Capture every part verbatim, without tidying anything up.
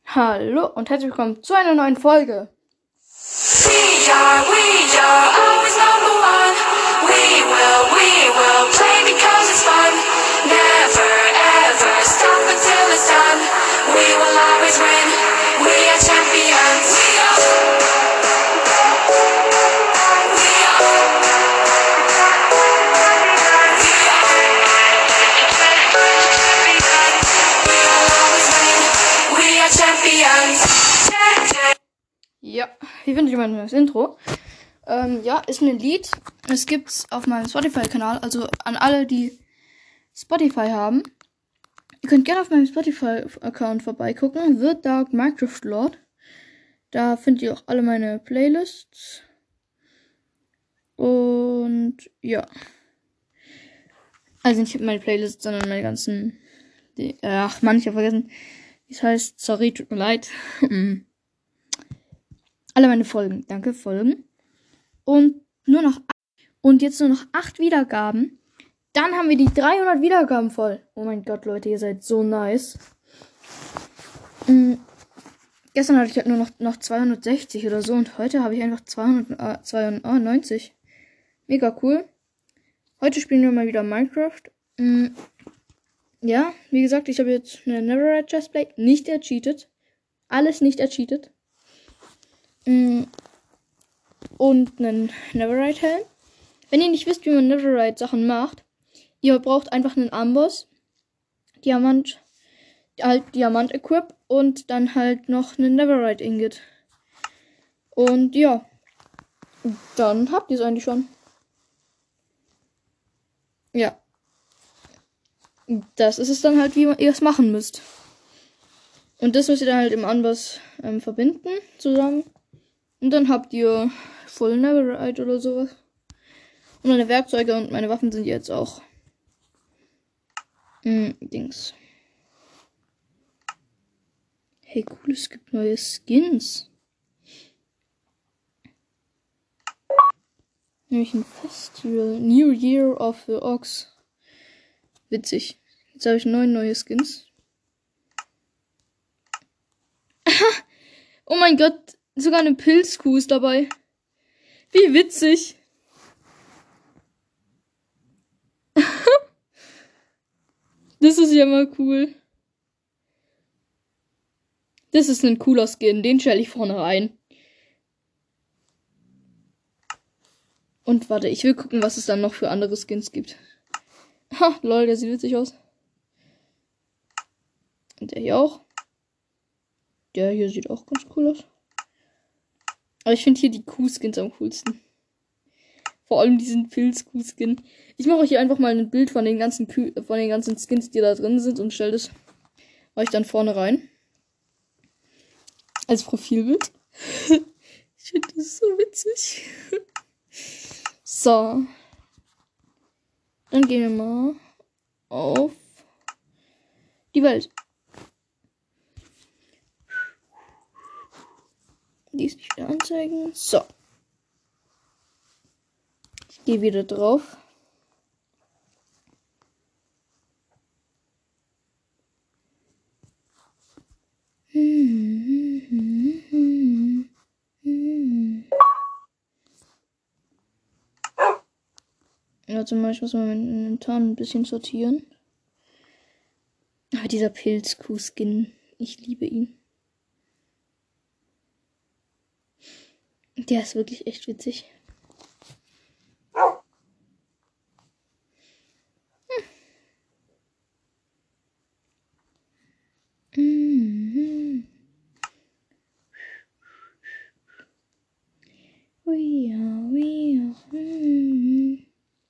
Hallo und herzlich willkommen zu einer neuen Folge. We are, we are always number one. We will, we will play because it's fun. Never ever stop until it's done. We will always win. We are champions. We are. We are. We will always win. We are champions. Ja, wie finde ich mein neues Intro? Ähm, ja, ist ein Lied. Es gibt's auf meinem Spotify-Kanal, also an alle, die Spotify haben. Ihr könnt gerne auf meinem Spotify-Account vorbeigucken. The Dark Minecraft Lord. Da findet ihr auch alle meine Playlists. Und ja. Also nicht meine Playlists, sondern meine ganzen. Die, ach Mann, ich habe vergessen. Wie es heißt. Sorry, tut mir leid. Alle meine Folgen. Danke, Folgen. Und nur noch und jetzt nur noch acht Wiedergaben. Dann haben wir die dreihundert Wiedergaben voll. Oh mein Gott, Leute, ihr seid so nice. Mhm. Gestern hatte ich halt nur noch, noch zweihundertsechzig oder so und heute habe ich einfach zweihundertneunzig. Mega cool. Heute spielen wir mal wieder Minecraft. Mhm. Ja, wie gesagt, ich habe jetzt eine Neverite Chestplate. Nicht ercheatet. Alles nicht ercheatet. Mhm. Und einen Neverite Helm. Wenn ihr nicht wisst, wie man Neverite Sachen macht, ihr braucht einfach einen Amboss, Diamant, halt Diamant Equip und dann halt noch einen Neverite Ingot. Und ja, dann habt ihr es eigentlich schon. Ja. Das ist es dann halt, wie ihr es machen müsst. Und das müsst ihr dann halt im Amboss ähm, verbinden zusammen. Und dann habt ihr Full Neverite oder sowas. Und meine Werkzeuge und meine Waffen sind jetzt auch mh, Dings. Hey, cool, es gibt neue Skins. Nämlich ein Festival. New Year of the Ox. Witzig. Jetzt habe ich neun neue Skins. Oh mein Gott, sogar eine Pilzkuh ist dabei. Wie witzig. Das ist ja mal cool. Das ist ein cooler Skin. Den stelle ich vorne rein. Und warte, ich will gucken, was es dann noch für andere Skins gibt. Ha, lol, der sieht witzig aus. Und der hier auch. Der hier sieht auch ganz cool aus. Aber ich finde hier die Kuh-Skins am coolsten. Vor allem diesen Pilz-Kuh-Skin. Ich mache euch hier einfach mal ein Bild von den ganzen Kü von den ganzen Skins, die da drin sind und stelle das euch dann vorne rein. Als Profilbild. Ich finde das so witzig. So. Dann gehen wir mal auf die Welt. Die ist nicht wieder anzeigen. So. Ich gehe wieder drauf. Ja, zum Beispiel muss man mein Inventar ein bisschen sortieren. Aber dieser Pilzkuh-Skin, ich liebe ihn. Der ist wirklich echt witzig. Hm. We are, we are. Hm.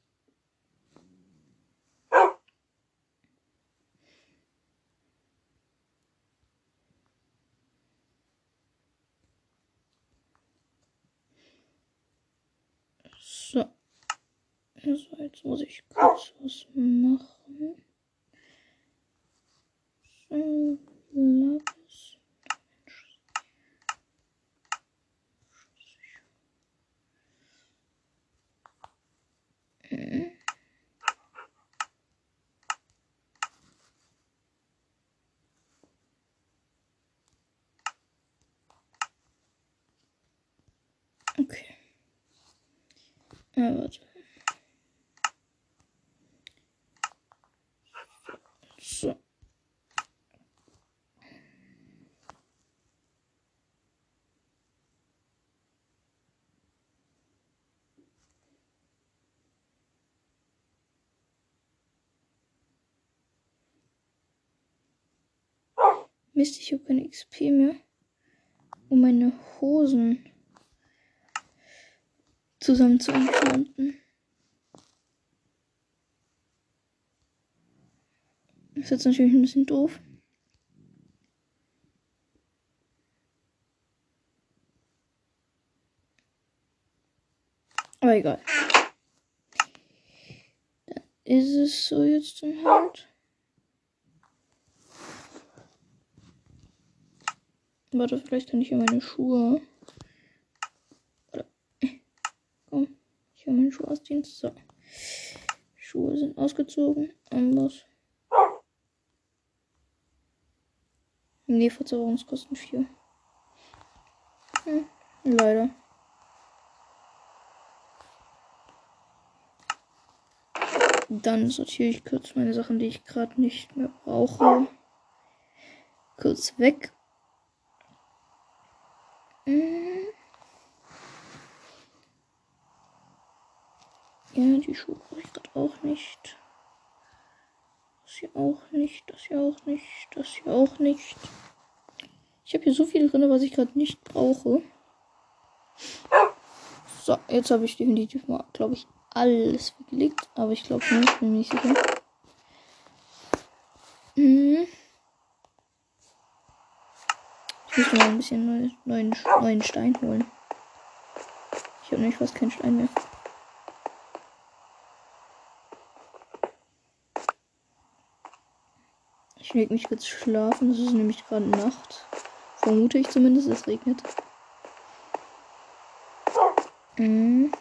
So. Also jetzt muss ich kurz was machen. So, Lapis. Hm. Okay. Ja, warte. So. Mist, ich habe keine X P mehr, um meine Hosen zusammen zu enchanten. Das ist jetzt natürlich ein bisschen doof. Aber egal. Dann ist es so jetzt dann halt. Warte, vielleicht kann ich ja meine Schuhe. Oder. Komm, ich habe meine Schuhe ausziehen. So. Schuhe sind ausgezogen. Anders. Nee, Verzauberungskosten vier. Hm, leider. Dann sortiere ich kurz meine Sachen, die ich gerade nicht mehr brauche. Kurz weg. Hm. Ja, die Schuhe brauche ich gerade auch nicht. Das hier auch nicht, das hier auch nicht, das hier auch nicht. Ich habe hier so viel drin, was ich gerade nicht brauche. So, jetzt habe ich definitiv mal, glaube ich, alles weggelegt. Aber ich glaube nicht, bin mir nicht sicher. Hm. Ich muss mal ein bisschen neuen, neuen, neuen Stein holen. Ich habe nämlich fast keinen Stein mehr. Ich lege mich kurz schlafen. Es ist nämlich gerade Nacht. Vermute ich zumindest, es regnet. Mhm.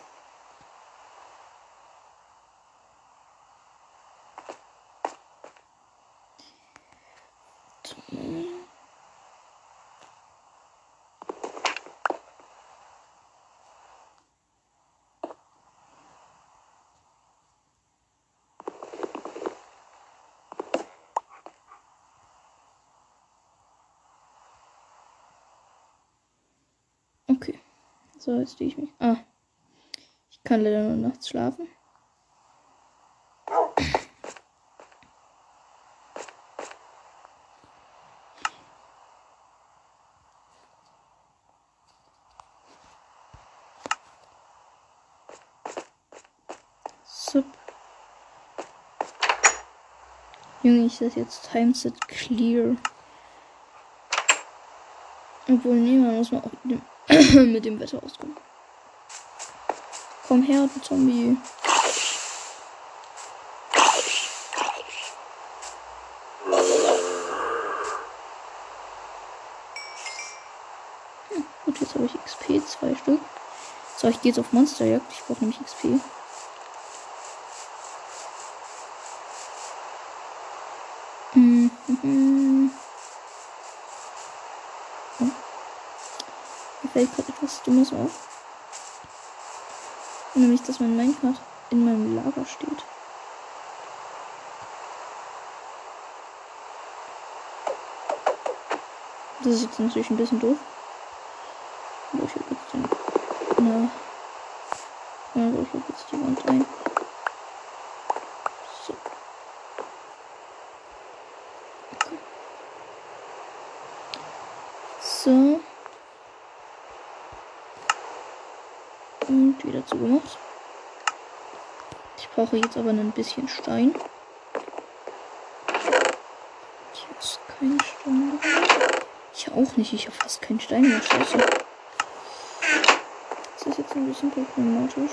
Okay. So, jetzt stehe ich mich. Ah. Ich kann leider nur nachts schlafen. So. Junge, ich das jetzt Timeset clear. Obwohl, nee, man muss mal auch mit dem, mit dem Wetter auskommen. Komm her, du Zombie. Hm, gut, jetzt habe ich X P, zwei Stück. So, ich gehe jetzt auf Monsterjagd. Ich brauche nämlich X P. Mhm. Mhm. Oh. Mir fällt gerade etwas Dummes auf. Nämlich, dass mein Minecraft in meinem Lager steht. Das ist jetzt natürlich ein bisschen doof. Aber ich habe jetzt den. Na. Also ich habe jetzt die Wand ein. So. Okay. So. Und wieder zugemacht. Ich brauche jetzt aber ein bisschen Stein. Ich habe jetzt keinen Stein mehr. Ich auch nicht. Ich habe fast keinen Stein mehr. Scheiße. Das ist jetzt ein bisschen problematisch.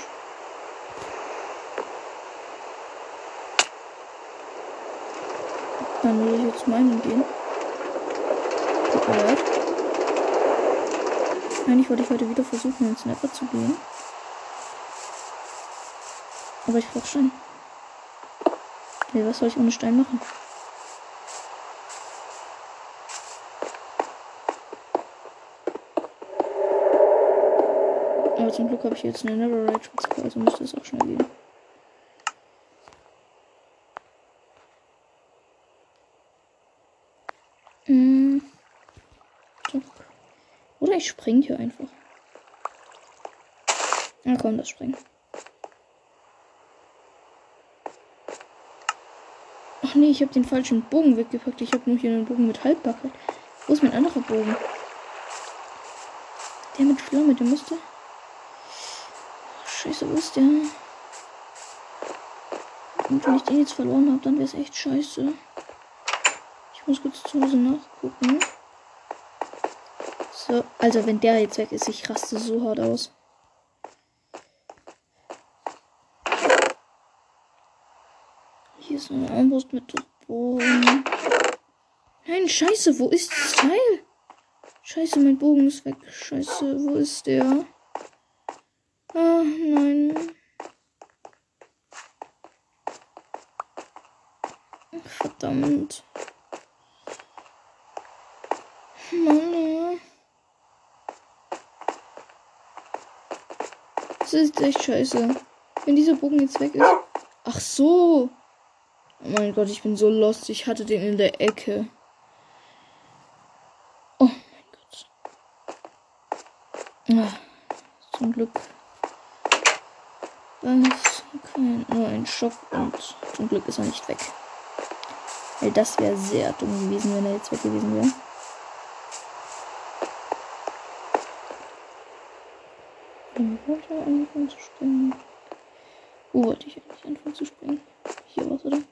Dann will ich jetzt meinen gehen. Tut mir leid. Eigentlich wollte ich heute wieder versuchen, ins Nether zu gehen. Aber ich brauche Stein. Nee, was soll ich ohne Stein machen? Aber zum Glück habe ich jetzt eine Neverite-Spitzhacke, also müsste es auch schnell gehen. Hm. Oder ich spring hier einfach. Na komm, das springen. Ach nee, ich habe den falschen Bogen weggepackt. Ich habe nur hier einen Bogen mit Haltbarkeit. Wo ist mein anderer Bogen? Der mit Flamme, der müsste... Scheiße, wo ist der? Und wenn ich den jetzt verloren habe, dann wäre es echt scheiße. Ich muss kurz zu Hause nachgucken. So, also wenn der jetzt weg ist, ich raste so hart aus. Hier ist eine Armbrust mit Bogen. Nein, scheiße, wo ist das Teil? Scheiße, mein Bogen ist weg. Scheiße, wo ist der? Ah, nein. Ach, verdammt. Mann. Das ist echt scheiße. Wenn dieser Bogen jetzt weg ist. Ach so. Oh mein Gott, ich bin so lost. Ich hatte den in der Ecke. Oh mein Gott. Ah, zum Glück. Das kein, nur ein Schock und zum Glück ist er nicht weg. Weil das wäre sehr dumm gewesen, wenn er jetzt weg gewesen wäre. Wo wollte er anfangen zu springen? Wo wollte ich eigentlich anfangen zu springen? Hier was, oder?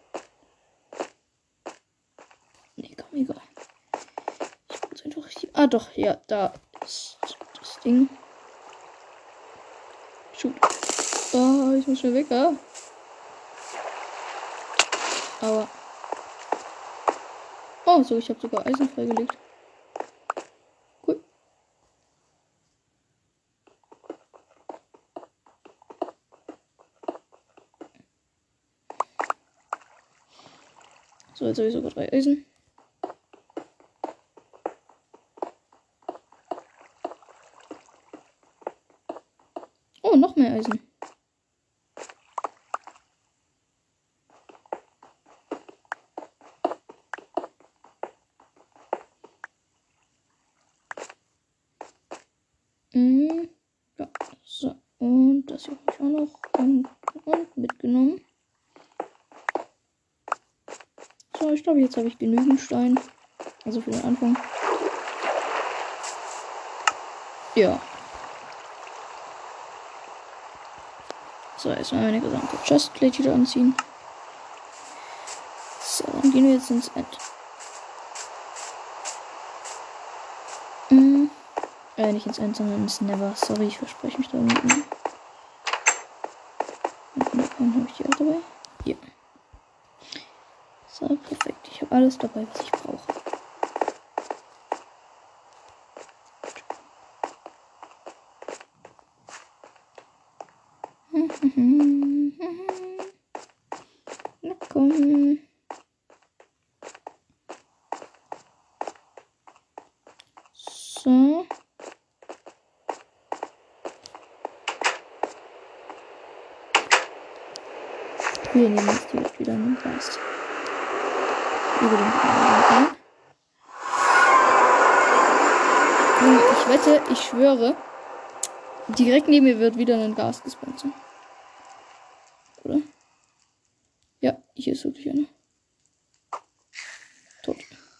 Nee, komm, egal. Ich muss einfach hier. Ah, doch, ja, da ist das Ding. Shoot. Oh, ich muss schnell weg, ah. Aber. Oh, so, ich habe sogar Eisen freigelegt. Cool. So, jetzt habe ich sogar drei Eisen. Oh, noch mehr Eisen. Mhm. Ja, so. Und das hier habe ich auch noch und, und mitgenommen. So, ich glaube, jetzt habe ich genügend Stein. Also für den Anfang. Ja. So, erstmal meine gesamte Chestplate wieder anziehen. So, dann gehen wir jetzt ins End. Mhm. Äh, nicht ins End, sondern ins Never. Sorry, ich verspreche mich da unten. Dann habe ich die alle dabei. Hier. So, perfekt. Ich habe alles dabei, was ich brauche. Na komm. So. Wir nehmen jetzt direkt wieder einen Geist. Über den ein. Ich wette, ich schwöre, direkt neben mir wird wieder ein Gas gespawnt sein. Oder? Ja, hier ist wirklich einer. Tot.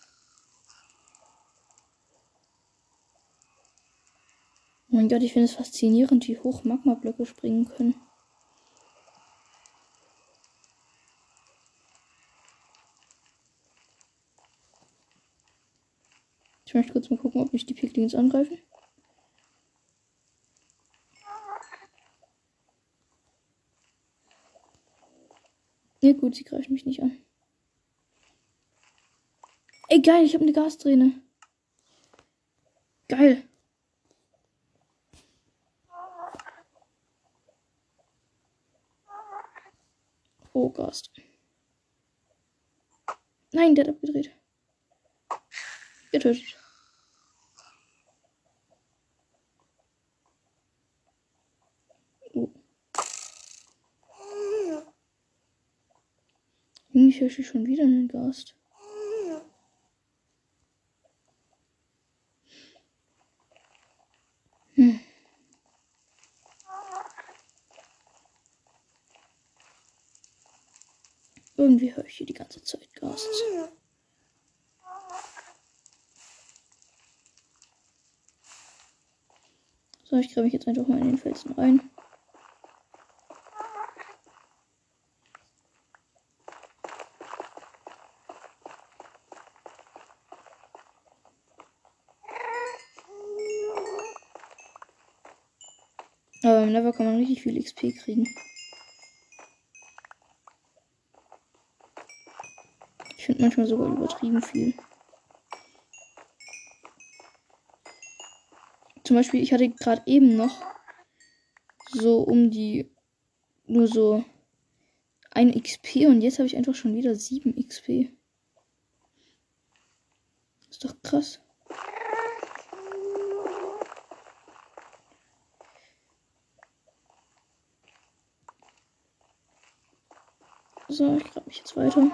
Oh mein Gott, ich finde es faszinierend, wie hoch Magma-Blöcke springen können. Ich möchte kurz mal gucken, ob mich die Piglins angreifen. Ja gut, sie greifen mich nicht an. Ey, geil, ich habe eine Gasträne. Geil. Oh, Gast. Nein, der hat abgedreht. Getötet. Irgendwie höre ich schon wieder einen Gast. Hm. Irgendwie höre ich hier die ganze Zeit Gasts. So, ich gräbe mich jetzt einfach mal in den Felsen rein. Aber im Level kann man richtig viel X P kriegen. Ich finde manchmal sogar übertrieben viel. Zum Beispiel, ich hatte gerade eben noch so um die nur so ein X P und jetzt habe ich einfach schon wieder sieben X P. Ist doch krass. So, ich grabe mich jetzt weiter.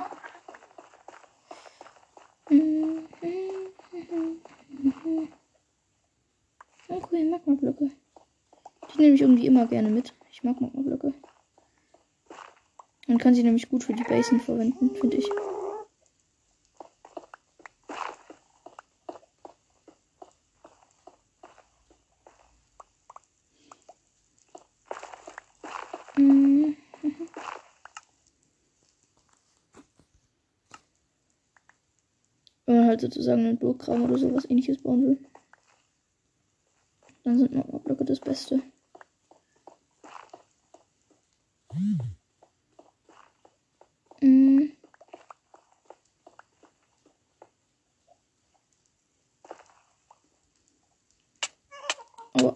Okay, Magma-Blöcke. Die nehme ich irgendwie immer gerne mit. Ich mag Magma-Blöcke. Man kann sie nämlich gut für die Basen verwenden, finde ich. Mhm. Wenn man halt sozusagen einen Burggraben oder sowas ähnliches bauen will, dann sind Magma-Blöcke das Beste. Mhm. Aber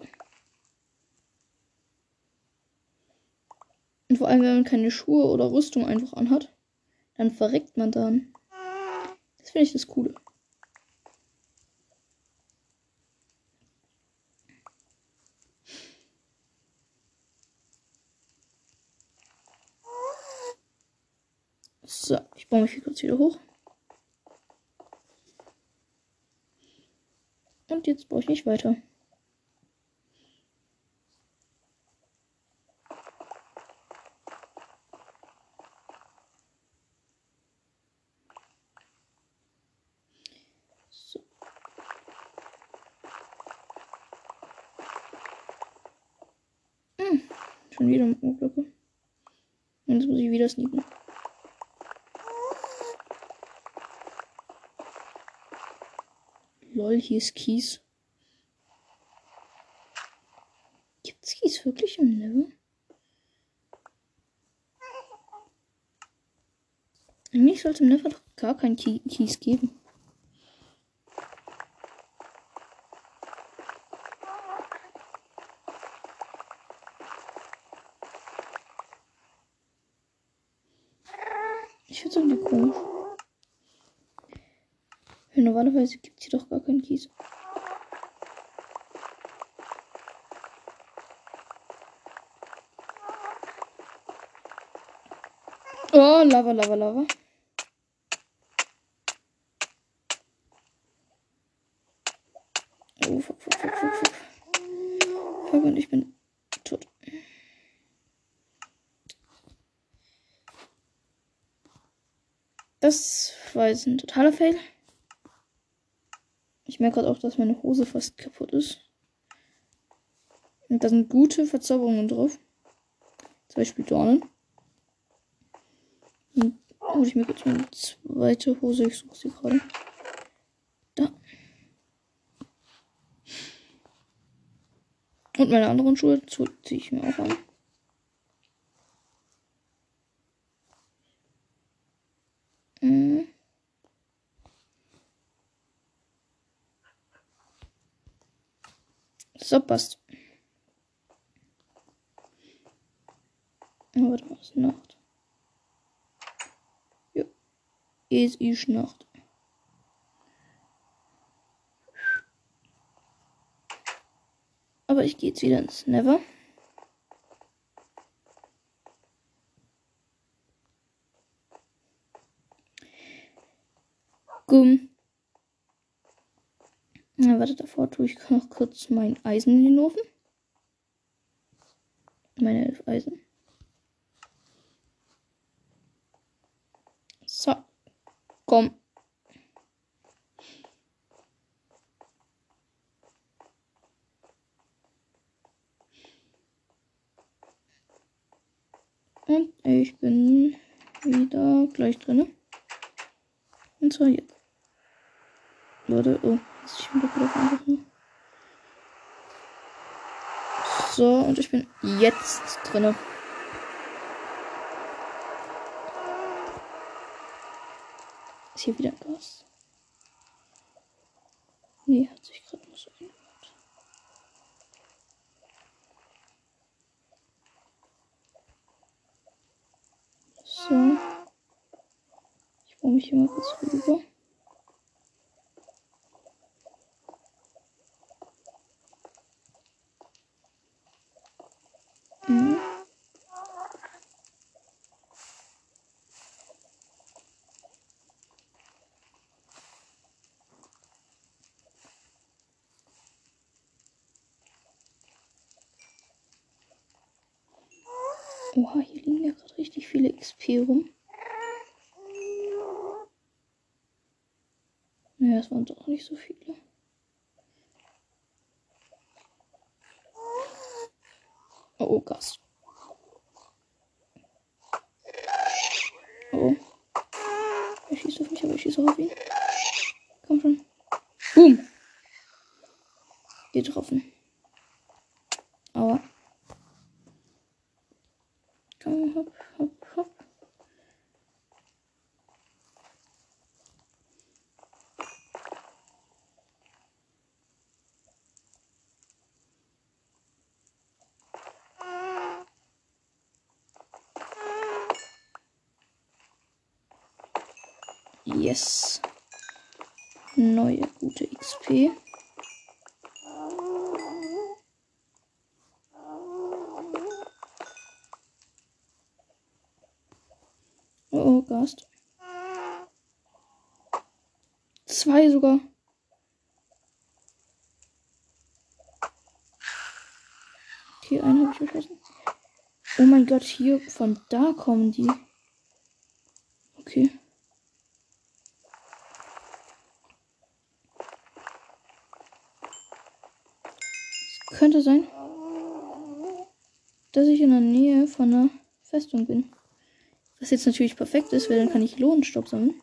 und vor allem, wenn man keine Schuhe oder Rüstung einfach anhat, dann verreckt man dann. Das finde ich das Coole. So, ich baue mich hier kurz wieder hoch. Und jetzt baue ich mich weiter. So. Hm, schon wieder Magma-Blöcke. Und jetzt muss ich wieder sneaken. Lol, hier ist Kies. Gibt's Kies wirklich im Level? Eigentlich sollte im Level doch gar kein Kies geben. Ich finde es irgendwie komisch. Weil normalerweise gibt es hier doch gar keinen Kies. Oh, Lava, Lava, Lava. Oh, fuck, fuck, fuck, fuck, fuck. Fuck, und ich bin tot. Das war jetzt ein totaler Fail. Ich merke gerade auch, dass meine Hose fast kaputt ist. Und da sind gute Verzauberungen drauf. Zum Beispiel Dornen. Und hole ich mir kurz meine zweite Hose. Ich suche sie gerade. Da. Und meine anderen Schuhe ziehe ich mir auch an. Mhm. So, passt. Oh, warte mal, ist Nacht. Ja, es ist Nacht. Aber ich gehe jetzt wieder ins Never. Gumm. Na, warte, davor tue ich noch kurz mein Eisen in den Ofen. Meine elf Eisen. So. Komm. Und ich bin wieder gleich drin. Und zwar hier. Leute, oh, jetzt ist schon wieder einfach nur. So, und ich bin jetzt drin. Ist hier wieder Gas? Nee, hat sich gerade noch so angehört. So. Ich baue mich hier mal kurz rüber. Mhm. Oha, hier liegen ja gerade richtig viele X P rum. Naja, es waren doch nicht so viele. Oh, oh, Gas. Oh. Er schießt auf mich, aber ich schieße auch auf ihn. Komm schon. Boom. Getroffen. Aua. Komm, hopp, hopp, hopp. Yes. Neue gute X P. Oh, oh, Gast. Zwei sogar. Okay, einen habe ich geschossen. Oh mein Gott, hier von da kommen die. Okay. Es könnte sein, dass ich in der Nähe von einer Festung bin. Was jetzt natürlich perfekt ist, weil dann kann ich Lohnenstaub sammeln.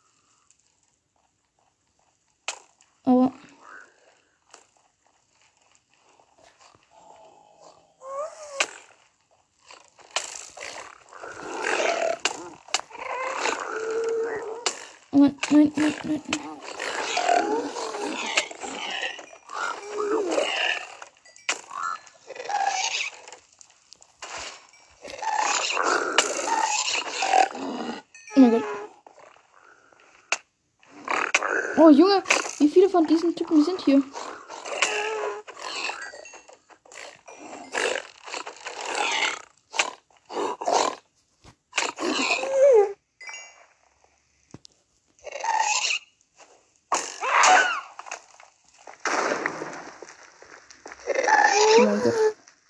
Aber oh Mann, nein, nein, nein, nein. Oh mein Gott. Oh Junge, wie viele von diesen Typen sind hier? Oh mein Gott.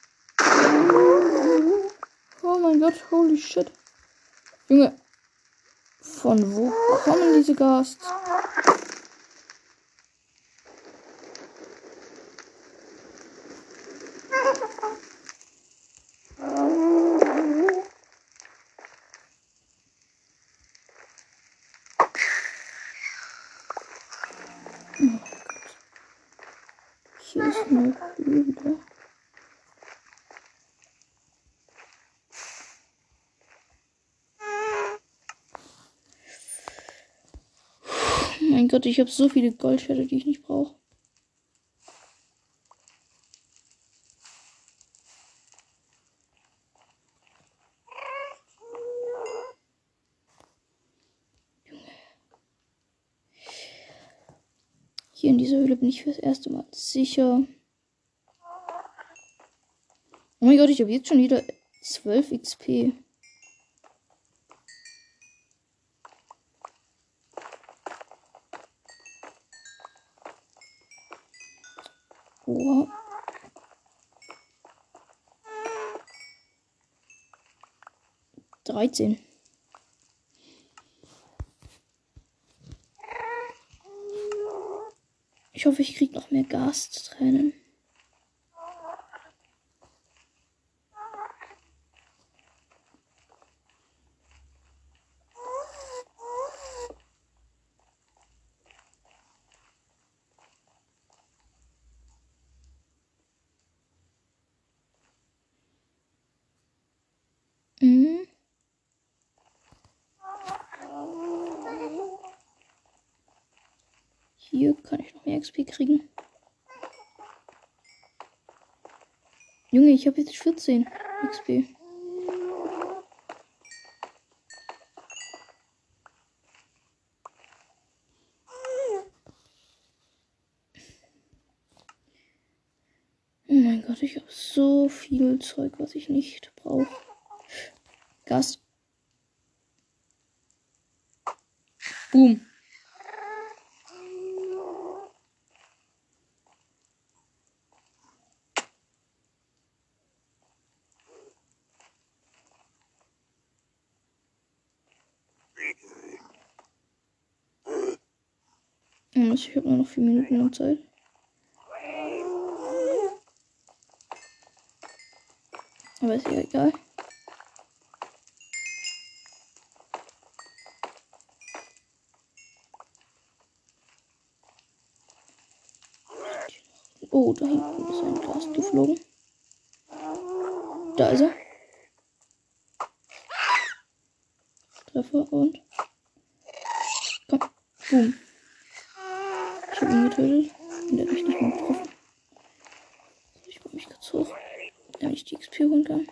Oh mein Gott, holy shit. Junge, von wo kommen diese Gast? Hier ist eine Höhle. Oh mein Gott, ich habe so viele Goldschätze, die ich nicht brauche. Hier in dieser Höhle bin ich fürs erste Mal sicher. Oh mein Gott, ich habe jetzt schon wieder zwölf X P. Oha. dreizehn. Ich hoffe, ich krieg noch mehr Gastränen. Mhm. Hier kann ich noch mehr X P kriegen. Junge, ich habe jetzt vierzehn X P. Oh mein Gott, ich habe so viel Zeug, was ich nicht brauche. Gas. Boom. Ich habe nur noch vier Minuten lang Zeit. Aber ist ja egal. Oh, da hinten ist ein Gast geflogen. Da ist er. Treffer und. Komm. Boom. Ich habe ihn getötet. Und der hat mich nicht mal getroffen. Ich komme mich kurz hoch, damit ich die X P holen kann.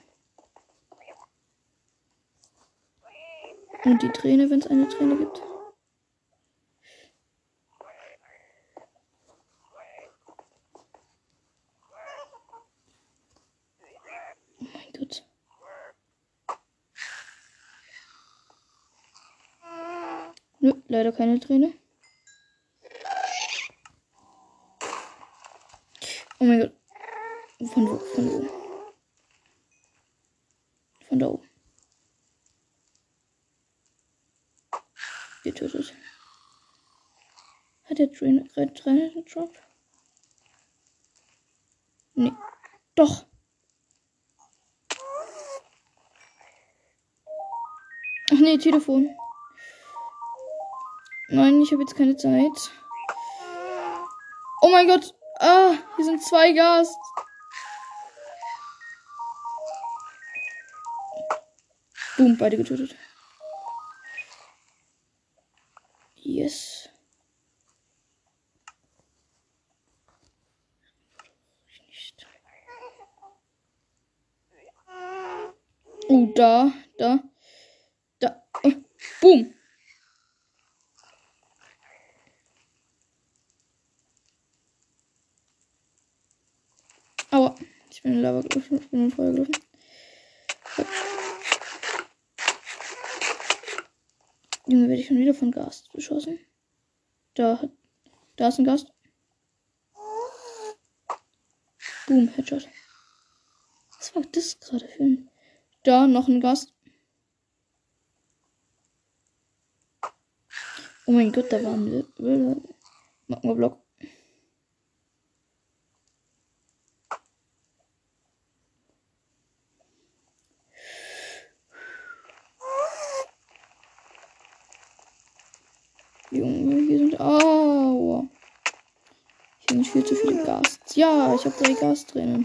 Und die Träne, wenn es eine Träne gibt. Oh mein Gott. Nö, leider keine Träne. Oh mein Gott. Von wo? Von wo? Von da oben. Getötet. Hat der Träne gerade Träne gedroppt? Nee. Doch. Ach nee, Telefon. Nein, ich habe jetzt keine Zeit. Oh mein Gott. Ah, hier sind zwei Gast. Boom, beide getötet. Yes. Oh, da, da, da. Oh, boom. Aua. Ich bin in Lava gelaufen. Ich bin in Feuer gelaufen. Junge, werde ich schon wieder von Gast beschossen. Da, da ist ein Gast. Boom, Headshot. Was war das gerade für ein... Da, noch ein Gast. Oh mein Gott, da war ein Magma-Block. Junge, hier sind... Aua. Hier sind viel zu viele Gasts. Ja, ich habe drei Gas drinnen.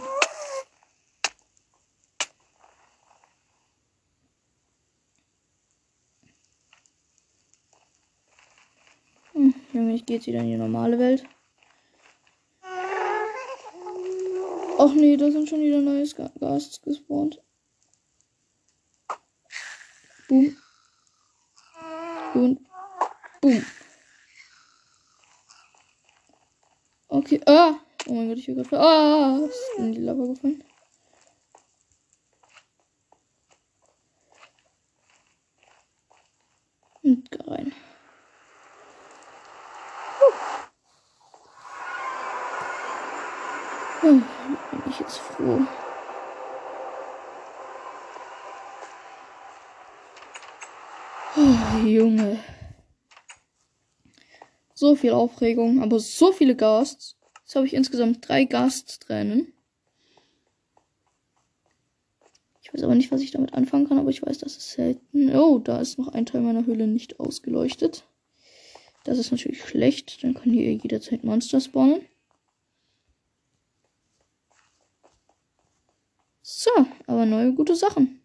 Hm, Junge, ich gehe jetzt wieder in die normale Welt. Ach nee, da sind schon wieder neue Gasts gespawnt. Boom. Und boom. Okay, ah! Oh mein Gott, ich bin gerade... Ah! Ist in die Lava gefallen. Und rein. Oh, bin ich jetzt froh. Oh, Junge. So viel Aufregung, aber so viele Gasts. Jetzt habe ich insgesamt drei Gasttränen. Ich weiß aber nicht, was ich damit anfangen kann, aber ich weiß, dass es selten. Oh, da ist noch ein Teil meiner Höhle nicht ausgeleuchtet. Das ist natürlich schlecht. Dann kann hier jederzeit Monster spawnen. So, aber neue gute Sachen.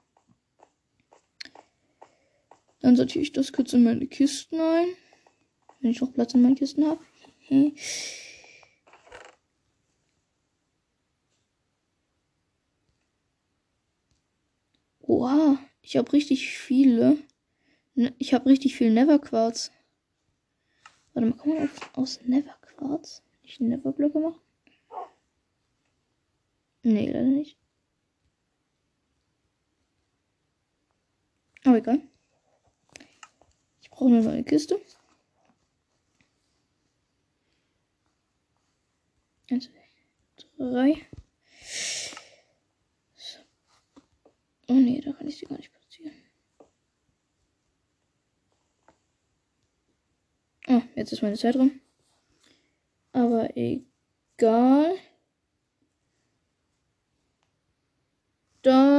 Dann sortiere ich das kurz in meine Kisten ein. Wenn ich noch Platz in meinen Kisten habe. Oha, ich habe richtig viele. Ich habe richtig viel Neverquarz. Warte mal, kann man auf, aus Neverquarz nicht Neverblöcke machen? Nee, leider nicht. Aber egal. Ich brauche eine neue Kiste. Eins, zwei, drei. So. Oh nee, da kann ich sie gar nicht platzieren. Oh, jetzt ist meine Zeit drin. Aber egal. Da